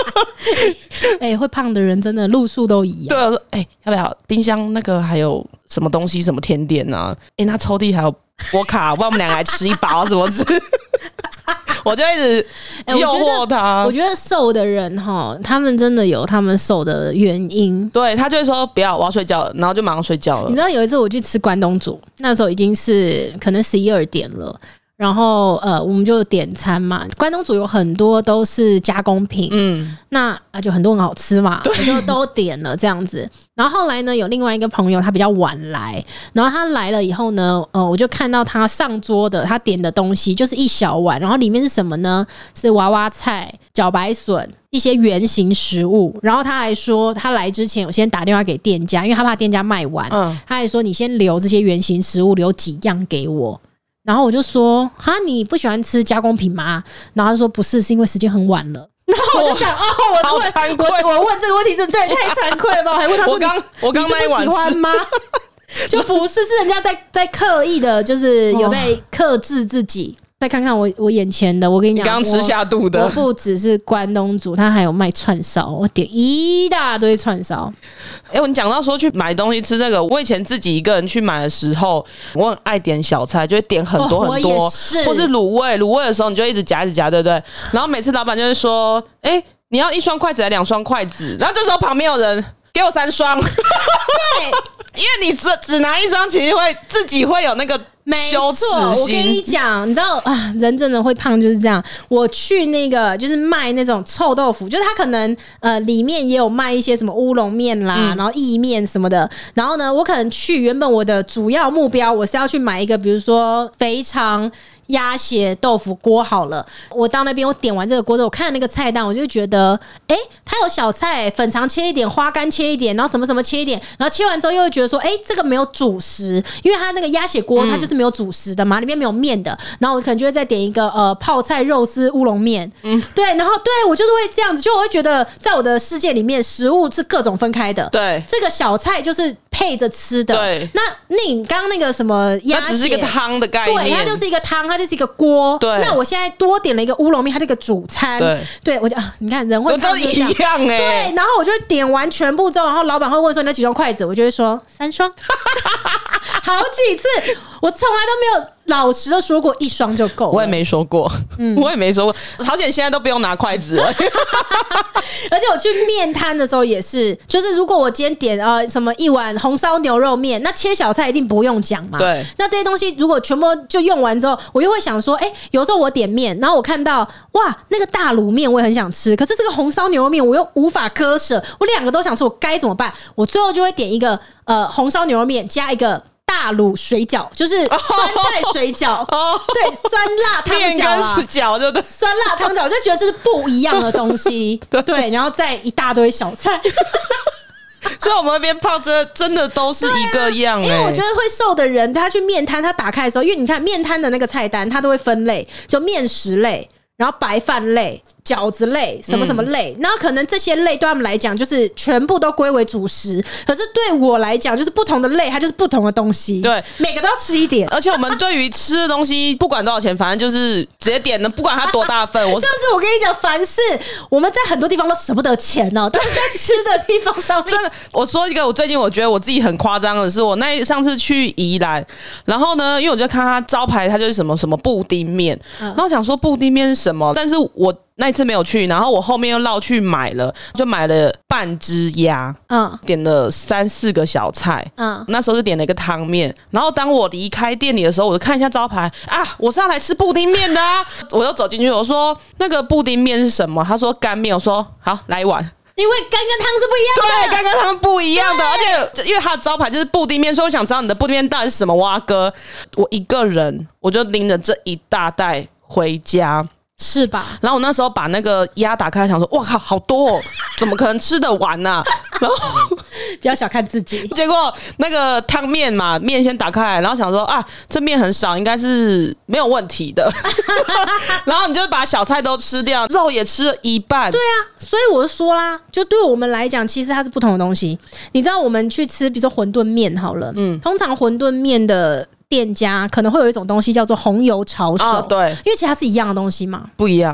哎、欸，会胖的人真的路数都一样。 对，我说哎、欸，要不要冰箱那个还有什么东西什么甜点啊？哎、欸，那抽屉还有波卡，不然我们两个来吃一包什么吃？我就一直诱惑他、 欸。我觉得瘦的人哈，他们真的有他们瘦的原因。 对，他就会说不要，我要睡觉了，然后就马上睡觉了。 你知道有一次我去吃关东煮，那时候已经是可能十一二点了。然后呃，我们就点餐嘛。关东煮有很多都是加工品，嗯，那啊就很多很好吃嘛，我就都点了这样子。然后后来呢，有另外一个朋友他比较晚来，然后他来了以后呢，呃，我就看到他上桌的他点的东西就是一小碗，然后里面是什么呢？是娃娃菜、茭白笋。一些原型食物，然后他还说，他来之前我先打电话给店家，因为他怕店家卖完，嗯，他还说你先留这些原型食物，留几样给我。然后我就说，哈，你不喜欢吃加工品吗？然后他说不是，是因为时间很晚了。然后我就想，哦，我问我我问这个问题，真的对太惭愧了吧？我还问他说， 我刚我刚那一碗喜欢吗？就不是，是人家在在刻意的，就是有在克制自己。再看看我我眼前的，我跟你讲， 刚吃下肚的， 我不只是关东煮，他还有卖串烧，我点一大堆串烧。 哎、欸，你讲到说去买东西吃这个，我以前自己一个人去买的时候，我很爱点小菜，就会点很多很多， 哦、是或是卤味，卤味的时候你就一直夹一直夹，对不对？然后每次老板就会说，哎、欸，你要一双筷子还是两双筷子？然后这时候旁边有人给我三双，对，因为你只只拿一双，其实会自己会有那个。羞耻心。 我跟你讲，你知道啊，人真的会胖就是这样。我去那个就是卖那种臭豆腐，就是他可能呃里面也有卖一些什么乌龙面啦，嗯、然后意面什么的。然后呢，我可能去原本我的主要目标我是要去买一个，比如说肥肠。鸭血豆腐锅好了，我到那边我点完这个锅之后，我看那个菜单，我就觉得，哎、欸，它有小菜，粉肠切一点，花干切一点，然后什么什么切一点，然后切完之后又会觉得说，哎、欸，这个没有主食，因为它那个鸭血锅它就是没有主食的嘛，里面没有面的，然后我可能就会再点一个呃泡菜肉丝乌龙面，嗯，对，然后对我就是会这样子，就我会觉得在我的世界里面，食物是各种分开的， 对， 这个小菜就是配着吃的， 对， 那你刚刚那个什么鸭血， 它只是一个汤的概念， 对，它就是一个汤，它就是一个锅。 对， 那我现在多点了一个乌龙面，它这个主餐。 对， 对我就、啊、你看人会都一样哎、欸。 对，然后我就点完全部之后，然后老板会问说你那几双筷子，我就会说三双，好几次，我从来都没有。老实的说过一双就够了， 我也没说过，嗯，我也没说过。好险，现在都不用拿筷子了。 而且我去面摊的时候也是，就是如果我今天点呃什么一碗红烧牛肉面，那切小菜一定不用讲嘛。 对， 那这些东西如果全部就用完之后，我又会想说，哎、欸，有时候我点面，然后我看到哇那个大卤面我也很想吃，可是这个红烧牛肉面我又无法割舍，我两个都想吃，我该怎么办？我最后就会点一个呃红烧牛肉面加一个。大卤水饺就是酸菜水饺，哦、对，酸辣汤饺啊， 面跟饺对对， 酸辣汤饺，我就觉得这是不一样的东西，对, 对，然后再一大堆小菜， 所以我们那边泡真的真的都是一个样、欸啊，因为我觉得会瘦的人，他去面摊，他打开的时候，因为你看面摊的那个菜单，他都会分类，就面食类。然后白饭类、饺子类、什么什么类，然后可能这些类对他们来讲就是全部都归为主食，可是对我来讲就是不同的类，它就是不同的东西。 对， 每个都要吃一点。 而且我们对于吃的东西，不管多少钱，反正就是直接点的，不管它多大份。我就是我跟你讲，凡是我们在很多地方都舍不得钱哦，都是在吃的地方上面。 真的，我说一个，我最近我觉得我自己很夸张的是，我那上次去宜兰，然后呢，因为我就看它招牌，它就是什么什么布丁面，嗯、然后我想说布丁面是什么，但是我。那一次没有去，然后我后面又绕去买了，就买了半只鸭，嗯，点了三四个小菜，嗯，那时候是点了一个汤面，然后当我离开店里的时候，我就看一下招牌啊，我是要来吃布丁面的啊，我就走进去，我说那个布丁面是什么？他说干面，我说好，来一碗。 因为干跟汤是不一样的， 对，干跟汤不一样的，而且因为它的招牌就是布丁面，所以我想知道你的布丁面到底是什么蛙哥。我一个人，我就拎着这一大袋回家。 是吧？ 然后我那时候把那个鸭打开，想说哇靠，好多哦，怎么可能吃得完啊？然后不要小看自己。 结果那个汤面嘛，面先打开来，然后想说啊，这面很少，应该是没有问题的。然后你就把小菜都吃掉，肉也吃了一半。 对啊，所以我就说啦，就对我们来讲，其实它是不同的东西。你知道，我们去吃，比如说馄饨面好了，嗯，通常馄饨面的。店家可能会有一种东西叫做红油抄手， 啊，对， 因为其实它是一样的东西嘛， 不一样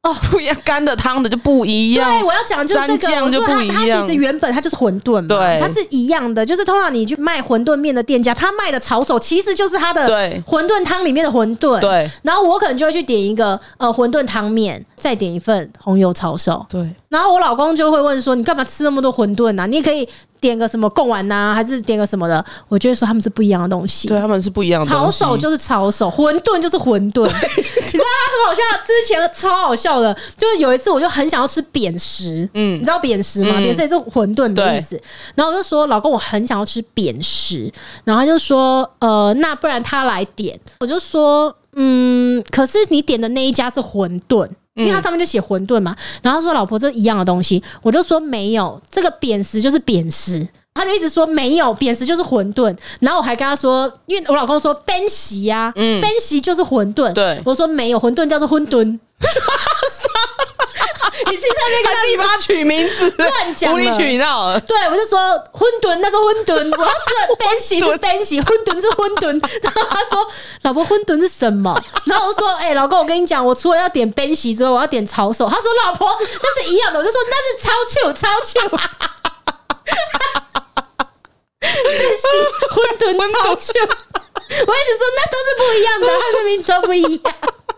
哦，不一样，干的汤的就不一样。 对，我要讲就是这个， 蘸酱就不一样。 它它其实原本它就是馄饨嘛， 对， 它是一样的。就是通常你去卖馄饨面的店家，他卖的炒手其实就是他的馄饨汤里面的馄饨。 对， 然后我可能就会去点一个呃馄饨汤面，再点一份红油炒手。 对， 然后我老公就会问说：“你干嘛吃那么多馄饨啊？你也可以点个什么贡丸呐，还是点个什么的？”我就会说他们是不一样的东西。 对，他们是不一样的东西。 炒手就是炒手，馄饨就是馄饨。你知道他很好笑，之前超好笑的，就是有一次我就很想要吃扁食，嗯，你知道扁食吗？嗯、扁食也是馄饨的意思。然后我就说老公，我很想要吃扁食，然后他就说呃，那不然他来点。我就说嗯，可是你点的那一家是馄饨。因为它上面就写馄饨嘛，然后他说老婆这一样的东西，我就说没有，这个扁食就是扁食，他就一直说没有，扁食就是馄饨，然后我还跟他说，因为我老公说扁食呀，嗯，扁食就是馄饨，对，我说没有，馄饨叫做馄饨。已经在那个他自己把他取名字乱讲了， 无理取闹了。 对，我就说馄饨那是馄饨，我要吃的扁食是扁食，馄饨是馄饨。然后他说老婆馄饨是什么？然后我说哎、欸，老公我跟你讲，我除了要点扁食之后，我要点炒手。他说老婆那是一样的，我就说那是超糗超糗。扁食馄饨超糗，我一直说那都是不一样的，他们的名字都不一样。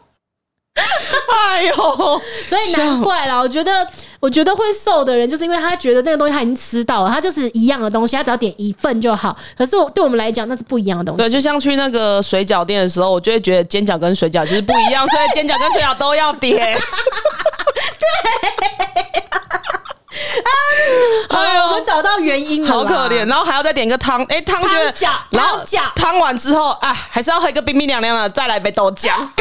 哎呦， 所以难怪啦！我觉得，我觉得会瘦的人，就是因为他觉得那个东西他已经吃到了，他就是一样的东西，他只要点一份就好。可是对我们来讲，那是不一样的东西。 对，就像去那个水饺店的时候，我就会觉得煎饺跟水饺其实不一样，所以煎饺跟水饺都要点。 对。哎呦，我们找到原因了， 好可怜。然后还要再点个汤，哎、欸，汤觉得，然后汤完之后，哎，还是要喝一个冰冰凉凉的，再来杯豆浆盖。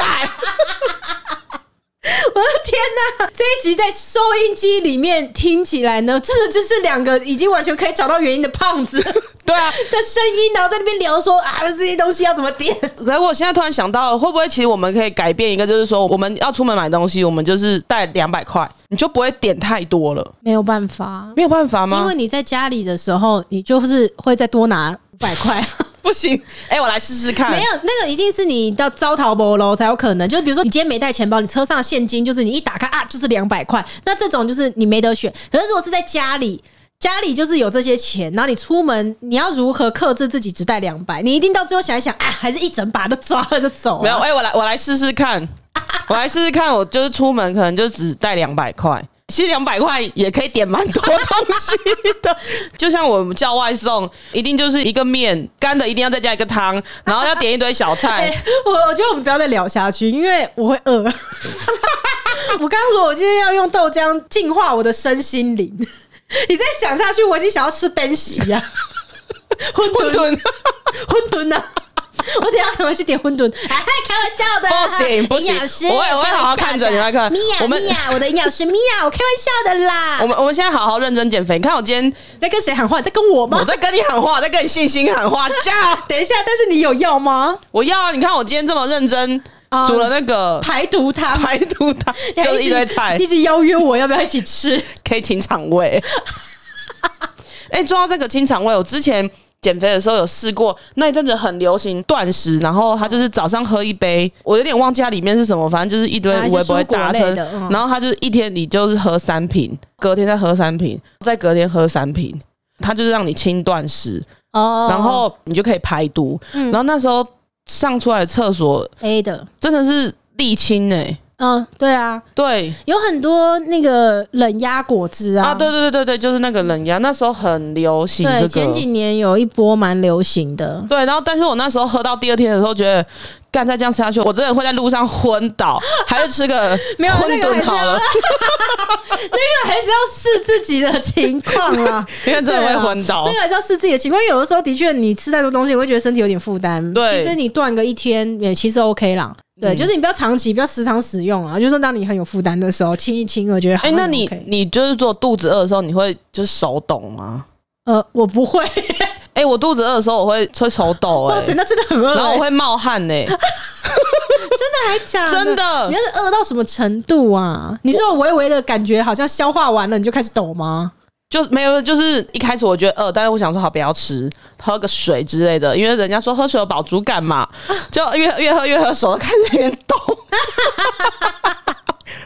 我的天哪！这一集在收音机里面听起来呢，真的就是两个已经完全可以找到原因的胖子， 对啊的声音，然后在那边聊说啊，这些东西要怎么点。 可是我现在突然想到，会不会其实我们可以改变一个，就是说我们要出门买东西，我们就是带两百块，你就不会点太多了。 没有办法， 没有办法吗？ 因为你在家里的时候，你就是会再多拿五百块。 不行，哎、欸，我来试试看。 没有，那个一定是你到招淘宝喽才有可能。就比如说你今天没带钱包，你车上现金就是你一打开啊，就是两百块。那这种就是你没得选。可是如果是在家里，家里就是有这些钱，然后你出门你要如何克制自己只带两百？你一定到最后想一想啊，还是一整把都抓了就走了。 没有，哎、欸，我来我来试试看，我来试试看，我就是出门可能就只带两百块。其实两百块也可以点蛮多东西的，就像我们叫外送，一定就是一个面干的，一定要再加一个汤，然后要点一堆小菜。 欸、我我觉得我们不要再聊下去，因为我会饿。我刚刚说我今天要用豆浆净化我的身心灵，你再讲下去，我已经想要吃ben西啊， 馄饨， 馄饨啊！我等一下可能去点馄饨，哎，开玩笑的， 不行不行，我会我会好好看着你来看。 米娅米娅，我的营养师米娅，我开玩笑的啦。 我们我们现在好好认真减肥。你看我今天在跟谁喊话？在跟我吗？ 我在跟你喊话，在跟你信心喊话。加油！ 等一下，但是你有要吗？ 我要啊！你看我今天这么认真。煮了那个排毒汤， 排毒汤就是一堆菜， 一直邀约我要不要一起吃， 可以清肠胃。哎、欸，说到这个清肠胃，我之前减肥的时候有试过，那一阵子很流行断食，然后他就是早上喝一杯，我有点忘记它里面是什么，反正就是一堆微博达成，然后他就是一天你就是喝三瓶，隔天再喝三瓶，再隔天喝三瓶，他就是让你轻断食哦，然后你就可以排毒，嗯、然后那时候。上出来的厕所 A 的真的是沥青哎， 嗯，对啊， 对， 有很多那个冷压果汁啊， 啊，对对对对对，就是那个冷压，那时候很流行、这个。 对，前几年有一波蛮流行的。 对，然后但是我那时候喝到第二天的时候，觉得干再这样吃下去，我真的会在路上昏倒，还是吃个馄饨好了。 那个还是要视自己的情况啊， 因为真的会昏倒。 那个还是要视自己的情况，因为有的时候的确你吃太多东西，你会觉得身体有点负担。对，其实你断个一天也其实 OK 啦。对，就是你不要长期，不要时常使用啊。就是当你很有负担的时候，清一清，我觉得好。哎、 欸，那你你就是做肚子饿的时候，你会就是手抖吗？ 呃，我不会。 哎、欸，我肚子饿的时候，我会吹手抖、欸。哇塞，那真的很饿、欸。 然后我会冒汗呢、欸。 真的还假的？ 真的。 你那是饿到什么程度啊？你是有微微的感觉，好像消化完了，你就开始抖吗？ 就没有，就是一开始我觉得饿，但是我想说好不要吃，喝个水之类的，因为人家说喝水有饱足感嘛，就越越喝越喝手开始有点抖，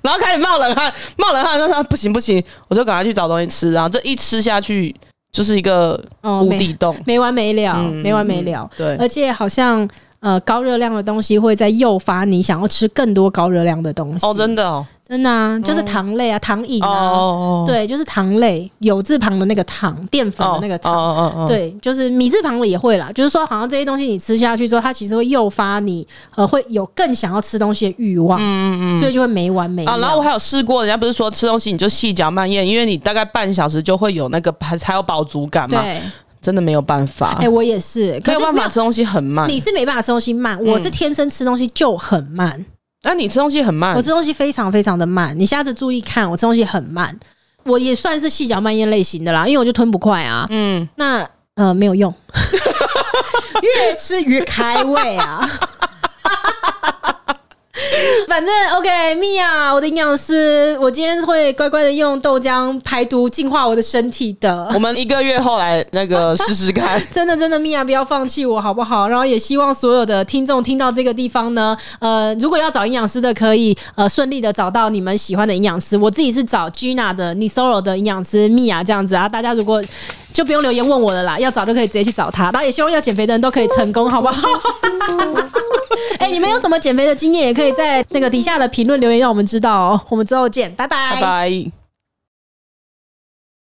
然后开始冒冷汗，冒冷汗就说不行不行，我就赶快去找东西吃，然后这一吃下去就是一个无底洞， 哦、没, 没完没了、嗯，没完没了。 对， 而且好像呃高热量的东西会在诱发你想要吃更多高热量的东西。 哦，真的哦。 真的啊，就是糖类啊，糖饮啊， 哦， 对，就是糖类，有字旁的那个糖，淀粉的那个糖， 哦哦哦， 对，就是米字旁的也会啦。就是说，好像这些东西你吃下去之后，它其实会诱发你呃，会有更想要吃东西的欲望，嗯嗯嗯，所以就会没完没了。 啊，然后我还有试过，人家不是说吃东西你就细嚼慢咽，因为你大概半小时就会有那个才有饱足感嘛。对。真的没有办法， 哎、欸，我也是， 没有办法吃东西很慢。 你是没办法吃东西慢，我是天生吃东西就很慢。 那、啊、你吃东西很慢？ 我吃东西非常非常的慢，你下次注意看，我吃东西很慢，我也算是细嚼慢咽类型的啦，因为我就吞不快啊。嗯，那呃没有用，越吃越开胃啊。反正 OK， 米娅，我的营养师，我今天会乖乖的用豆浆排毒净化我的身体的。 我们一个月后来那个试试看。 真的真的，米娅不要放弃我好不好？然后也希望所有的听众听到这个地方呢，呃，如果要找营养师的，可以呃顺利的找到你们喜欢的营养师。我自己是找 Gina 的 Nisoro 的营养师米娅这样子啊，大家如果就不用留言问我了啦，要找就可以直接去找他。然后也希望要减肥的人都可以成功，好不好？哎、欸，你们有什么减肥的经验，也可以在那个底下的评论留言让我们知道哦。我们之后见，拜拜， 拜拜。